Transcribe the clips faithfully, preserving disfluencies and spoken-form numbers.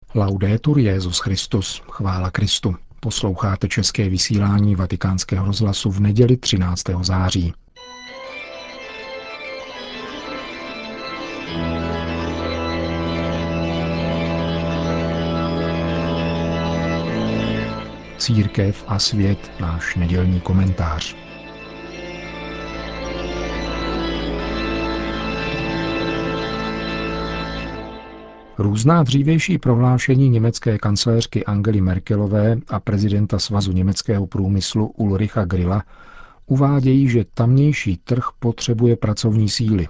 Laudetur Jesus Christus, chvála Kristu. Posloucháte české vysílání Vatikánského rozhlasu v neděli třináctého září. Církev a svět, náš nedělní komentář. Různá dřívější prohlášení německé kancléřky Angely Merkelové a prezidenta Svazu německého průmyslu Ulricha Grilla uvádějí, že tamnější trh potřebuje pracovní síly.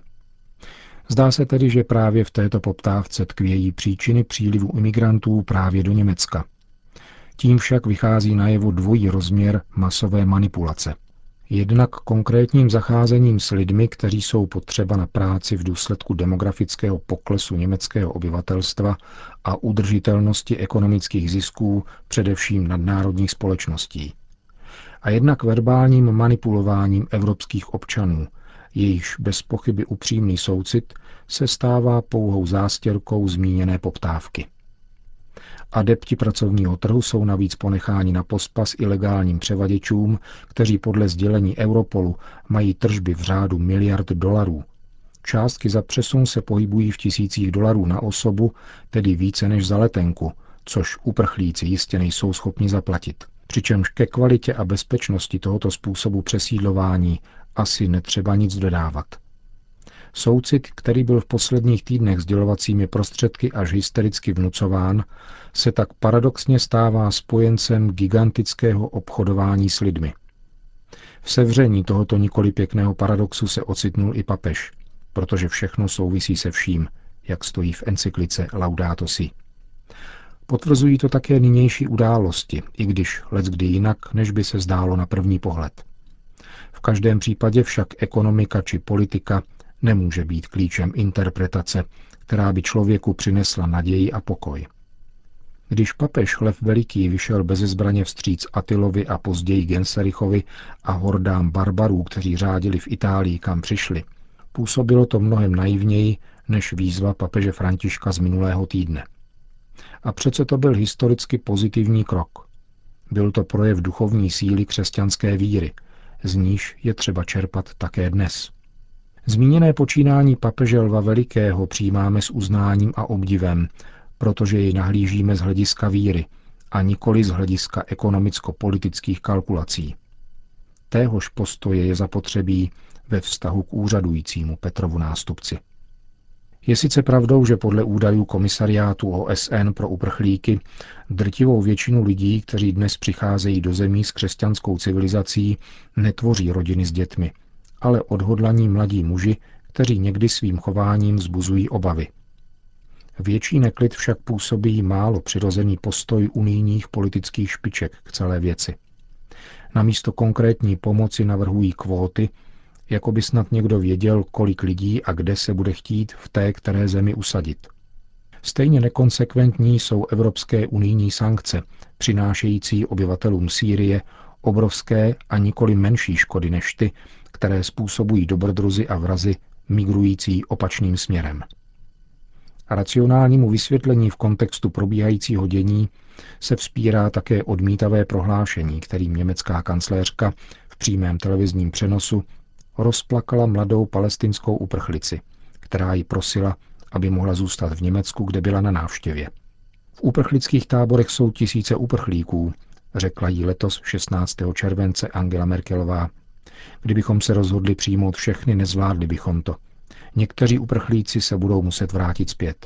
Zdá se tedy, že právě v této poptávce tkvějí příčiny přílivu imigrantů právě do Německa. Tím však vychází najevo dvojí rozměr masové manipulace. Jednak konkrétním zacházením s lidmi, kteří jsou potřeba na práci v důsledku demografického poklesu německého obyvatelstva a udržitelnosti ekonomických zisků především nadnárodních společností. A jednak verbálním manipulováním evropských občanů, jejichž bez pochyby upřímný soucit se stává pouhou zástěrkou zmíněné poptávky. Adepti pracovního trhu jsou navíc ponecháni na pospas ilegálním převaděčům, kteří podle sdělení Europolu mají tržby v řádu miliard dolarů. Částky za přesun se pohybují v tisících dolarů na osobu, tedy více než za letenku, což uprchlíci jistě nejsou schopni zaplatit. Přičemž ke kvalitě a bezpečnosti tohoto způsobu přesídlování asi netřeba nic dodávat. Soucit, který byl v posledních týdnech sdělovacími prostředky až hystericky vnucován, se tak paradoxně stává spojencem gigantického obchodování s lidmi. V sevření tohoto nikoli pěkného paradoxu se ocitnul i papež, protože všechno souvisí se vším, jak stojí v encyklice Laudato Si. Potvrzují to také nynější události, i když leckdy jinak, než by se zdálo na první pohled. V každém případě však ekonomika či politika nemůže být klíčem interpretace, která by člověku přinesla naději a pokoj. Když papež Lev Veliký vyšel beze zbraně vstříc Attilovi a později Genserichovi a hordám barbarů, kteří řádili v Itálii, kam přišli, působilo to mnohem naivněji než výzva papeže Františka z minulého týdne. A přece to byl historicky pozitivní krok. Byl to projev duchovní síly křesťanské víry, z níž je třeba čerpat také dnes. Zmíněné počínání papeže Lva Velikého přijímáme s uznáním a obdivem, protože jej nahlížíme z hlediska víry a nikoli z hlediska ekonomicko-politických kalkulací. Téhož postoje je zapotřebí ve vztahu k úřadujícímu Petrovu nástupci. Je sice pravdou, že podle údajů Komisariátu O S N pro uprchlíky drtivou většinu lidí, kteří dnes přicházejí do zemí s křesťanskou civilizací, netvoří rodiny s dětmi, ale odhodlaní mladí muži, kteří někdy svým chováním vzbuzují obavy. Větší neklid však působí málo přirozený postoj unijních politických špiček k celé věci. Namísto konkrétní pomoci navrhují kvóty, jako by snad někdo věděl, kolik lidí a kde se bude chtít v té které zemi usadit. Stejně nekonsekventní jsou evropské unijní sankce, přinášející obyvatelům Sýrie obrovské a nikoli menší škody než ty, které způsobují dobrodruzi a vrazi migrující opačným směrem. A racionálnímu vysvětlení v kontextu probíhajícího dění se vzpírá také odmítavé prohlášení, kterým německá kancléřka v přímém televizním přenosu rozplakala mladou palestinskou uprchlici, která ji prosila, aby mohla zůstat v Německu, kde byla na návštěvě. V uprchlických táborech jsou tisíce uprchlíků, řekla jí letos šestnáctého července Angela Merkelová. Kdybychom se rozhodli přijmout všechny, nezvládli bychom to. Někteří uprchlíci se budou muset vrátit zpět.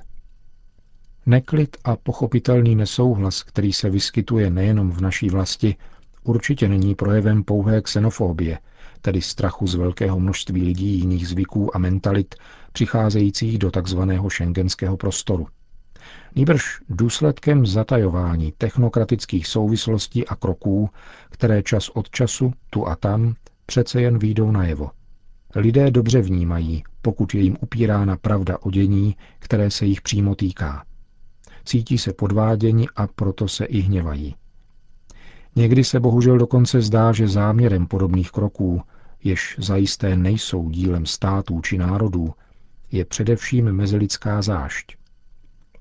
Neklid a pochopitelný nesouhlas, který se vyskytuje nejenom v naší vlasti, určitě není projevem pouhé xenofobie, tedy strachu z velkého množství lidí jiných zvyků a mentalit přicházejících do takzvaného schengenského prostoru. Nýbrž důsledkem zatajování technokratických souvislostí a kroků, které čas od času, tu a tam, přece jen vyjdou najevo. Lidé dobře vnímají, pokud je jim upírána pravda o dění, které se jich přímo týká. Cítí se podváděni a proto se i hněvají. Někdy se bohužel dokonce zdá, že záměrem podobných kroků, jež zajisté nejsou dílem států či národů, je především mezilidská zášť.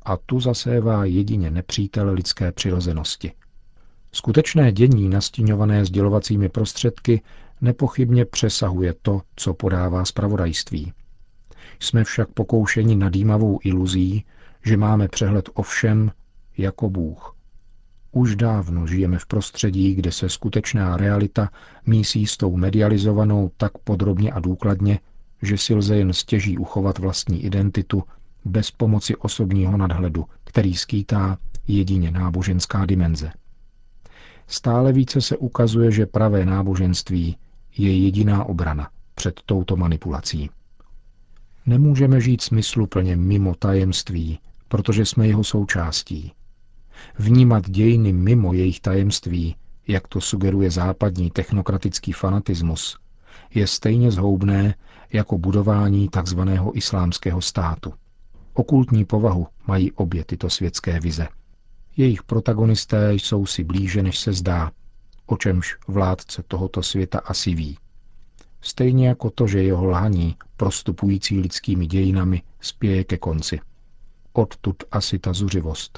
a tu zasévá jedině nepřítel lidské přirozenosti. Skutečné dění nastíňované sdělovacími prostředky nepochybně přesahuje to, co podává zpravodajství. Jsme však pokoušeni nadýmavou iluzí, že máme přehled o všem jako Bůh. Už dávno žijeme v prostředí, kde se skutečná realita mísí s tou medializovanou tak podrobně a důkladně, že si lze jen stěží uchovat vlastní identitu bez pomoci osobního nadhledu, který skýtá jedině náboženská dimenze. Stále více se ukazuje, že pravé náboženství je jediná obrana před touto manipulací. Nemůžeme žít smysluplně mimo tajemství, protože jsme jeho součástí. Vnímat dějiny mimo jejich tajemství, jak to sugeruje západní technokratický fanatismus, je stejně zhoubné jako budování tzv. Islámského státu. Okultní povahu mají obě tyto světské vize. Jejich protagonisté jsou si blíže, než se zdá, o čemž vládce tohoto světa asi ví. Stejně jako to, že jeho lhaní, prostupující lidskými dějinami, spěje ke konci. Odtud asi ta zuřivost.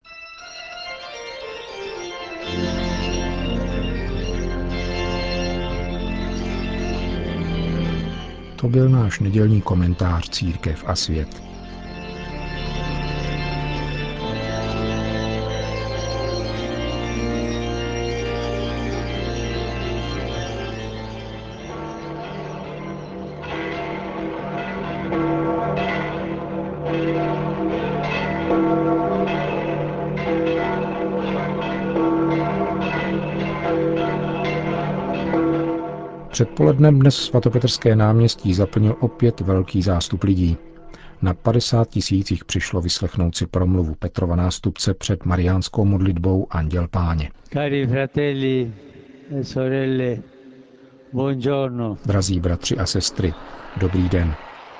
To byl náš nedělní komentář Církev a svět. Předpolednem dnes svatopetrské náměstí zaplnil opět velký zástup lidí. Na padesát tisících přišlo vyslechnout si promluvu Petrova nástupce před mariánskou modlitbou Anděl Páně. Cari fratelli e sorelle, buongiorno. Drazí bratři a sestry, dobrý den.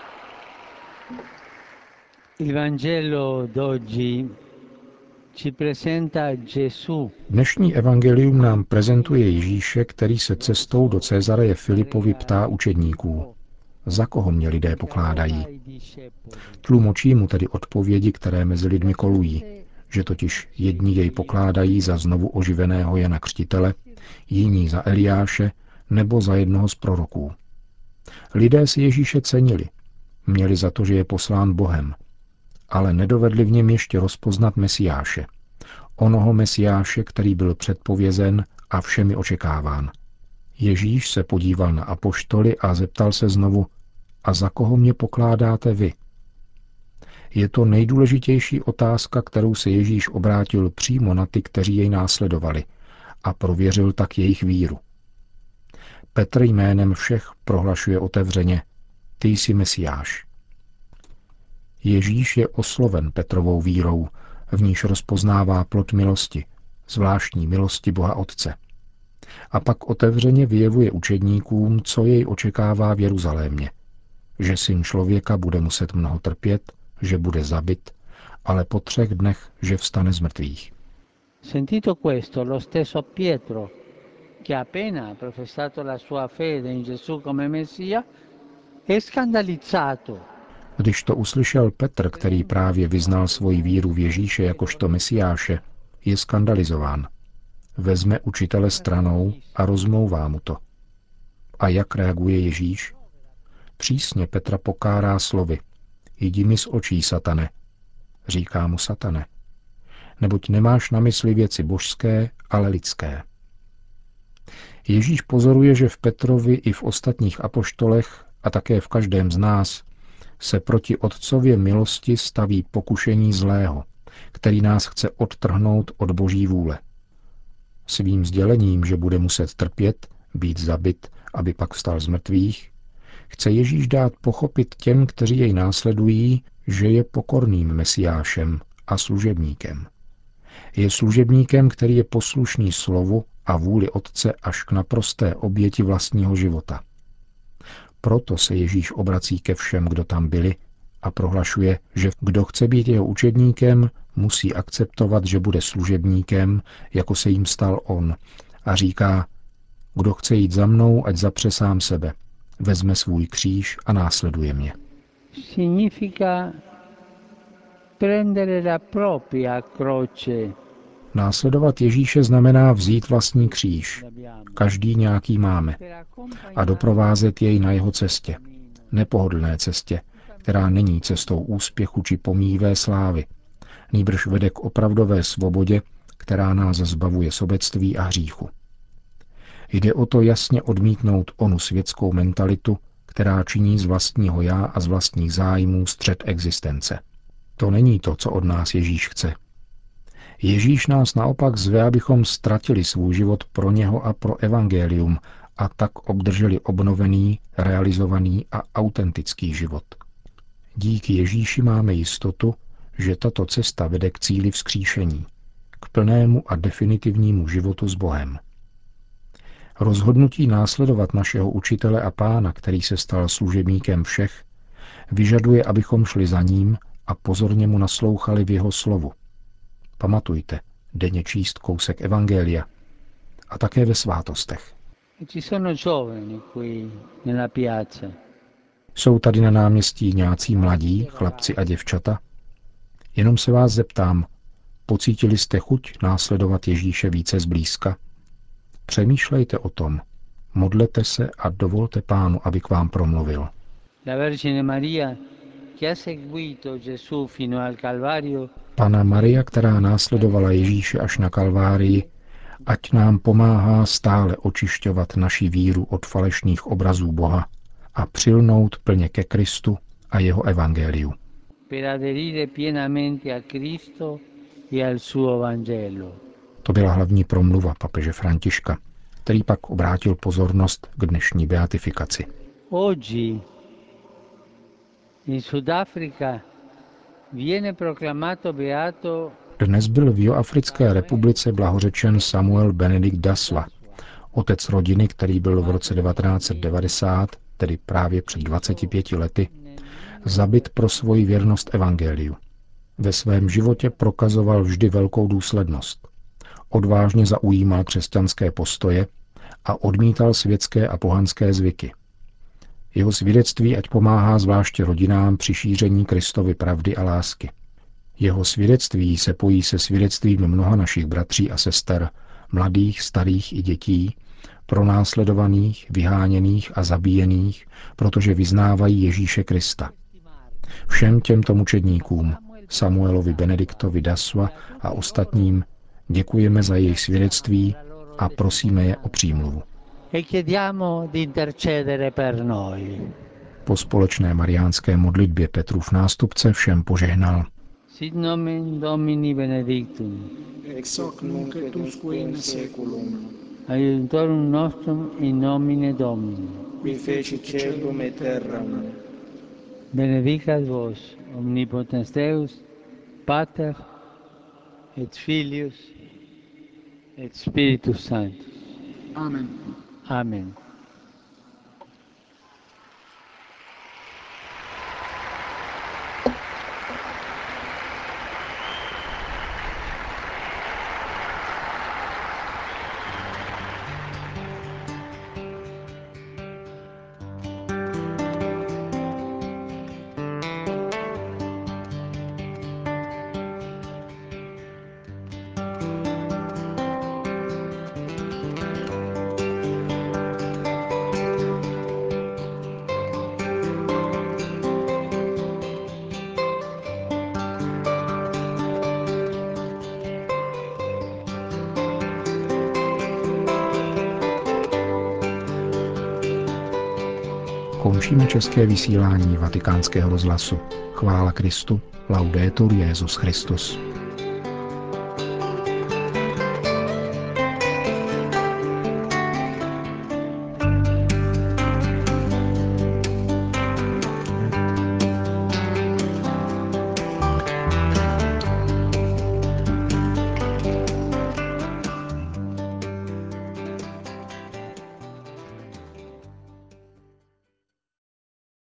Il Vangelo d'oggi ci presenta Gesù. Dnešní evangelium nám prezentuje Ježíše, který se cestou do Cezareje Filipovi ptá učedníků. Za koho mě lidé pokládají? Tlumočí mu tedy odpovědi, které mezi lidmi kolují, že totiž jedni jej pokládají za znovu oživeného Jana Křtitele, jiní za Eliáše nebo za jednoho z proroků. Lidé si Ježíše cenili, měli za to, že je poslán Bohem, ale nedovedli v něm ještě rozpoznat Mesiáše. Onoho Mesiáše, který byl předpovězen a všemi očekáván. Ježíš se podíval na apoštoly a zeptal se znovu, a za koho mě pokládáte vy? Je to nejdůležitější otázka, kterou se Ježíš obrátil přímo na ty, kteří jej následovali, a prověřil tak jejich víru. Petr jménem všech prohlašuje otevřeně, ty jsi Mesiáš. Ježíš je osloven Petrovou vírou, v níž rozpoznává plod milosti, zvláštní milosti Boha Otce. A pak otevřeně vyjevuje učedníkům, co jej očekává v Jeruzalémě, že syn člověka bude muset mnoho trpět, že bude zabit, ale po třech dnech, že vstane z mrtvých. Sentito questo, lo stesso Pietro, che appena professato la sua fede in Gesù come Messia, è scandalizzato. Když to uslyšel Petr, který právě vyznal svoji víru v Ježíše jakožto Mesiáše, je skandalizován. Vezme učitele stranou a rozmlouvá mu to. A jak reaguje Ježíš? Přísně Petra pokárá slovy. Jdi mi z očí, satane. Říká mu satane. Neboť nemáš na mysli věci božské, ale lidské. Ježíš pozoruje, že v Petrovi i v ostatních apoštolech a také v každém z nás se proti Otcově milosti staví pokušení zlého, který nás chce odtrhnout od boží vůle. Svým sdělením, že bude muset trpět, být zabit, aby pak vstal z mrtvých, chce Ježíš dát pochopit těm, kteří jej následují, že je pokorným Mesiášem a služebníkem. Je služebníkem, který je poslušný slovu a vůli Otce až k naprosté oběti vlastního života. Proto se Ježíš obrací ke všem, kdo tam byli, a prohlašuje, že kdo chce být jeho učedníkem, musí akceptovat, že bude služebníkem, jako se jim stal on, a říká, kdo chce jít za mnou, ať zapře sám sebe, vezme svůj kříž a následuje mě. Significa prendere la propria croce. Následovat Ježíše znamená vzít vlastní kříž. Každý nějaký máme. A doprovázet jej na jeho cestě. Nepohodlné cestě, která není cestou úspěchu či pomíjivé slávy. Nýbrž vede k opravdové svobodě, která nás zbavuje sobectví a hříchu. Jde o to jasně odmítnout onu světskou mentalitu, která činí z vlastního já a z vlastních zájmů střed existence. To není to, co od nás Ježíš chce. Ježíš nás naopak zve, abychom ztratili svůj život pro něho a pro evangelium a tak obdrželi obnovený, realizovaný a autentický život. Díky Ježíši máme jistotu, že tato cesta vede k cíli vzkříšení, k plnému a definitivnímu životu s Bohem. Rozhodnutí následovat našeho učitele a pána, který se stal služebníkem všech, vyžaduje, abychom šli za ním a pozorně mu naslouchali v jeho slovu. Pamatujte, denně číst kousek evangelia a také ve svátostech. Jsou tady na náměstí nějací mladí, chlapci a děvčata? Jenom se vás zeptám, pocítili jste chuť následovat Ježíše více zblízka? Přemýšlejte o tom, modlete se a dovolte Pánu, aby k vám promluvil. Panna Maria, která následovala Ježíše až na Kalvárii, ať nám pomáhá stále očišťovat naši víru od falešných obrazů Boha a přilnout plně ke Kristu a jeho evangeliu. To byla hlavní promluva papeže Františka, který pak obrátil pozornost k dnešní beatifikaci. Dnes byl v Jihoafrické republice blahořečen Samuel Benedikt Daswa, otec rodiny, který byl v roce devatenáct set devadesát, tedy právě před dvaceti pěti lety, zabit pro svoji věrnost evangeliu. Ve svém životě prokazoval vždy velkou důslednost. Odvážně zaujímal křesťanské postoje a odmítal světské a pohanské zvyky. Jeho svědectví ať pomáhá zvláště rodinám při šíření Kristovy pravdy a lásky. Jeho svědectví se pojí se svědectvím mnoha našich bratří a sester, mladých, starých i dětí, pronásledovaných, vyháněných a zabíjených, protože vyznávají Ježíše Krista. Všem těmto mučedníkům, Samuelovi Benediktovi Daswa a ostatním, děkujeme za jejich svědectví a prosíme je o přímluvu. Po společné mariánské modlitbě Petrův nástupce všem požehnal. Sit nomen Domini benedictum. Ex hoc nunc et usque in seculum. Aiutorium nostrum in nomine Domini. Qui feci caelum et terram. Benedicat vos, omnipotens Deus, Pater et Filius et Spiritus Sanctus. Amen. Amen. Končíme české vysílání Vatikánského rozhlasu. Chvála Kristu, laudetur Jesus Christus.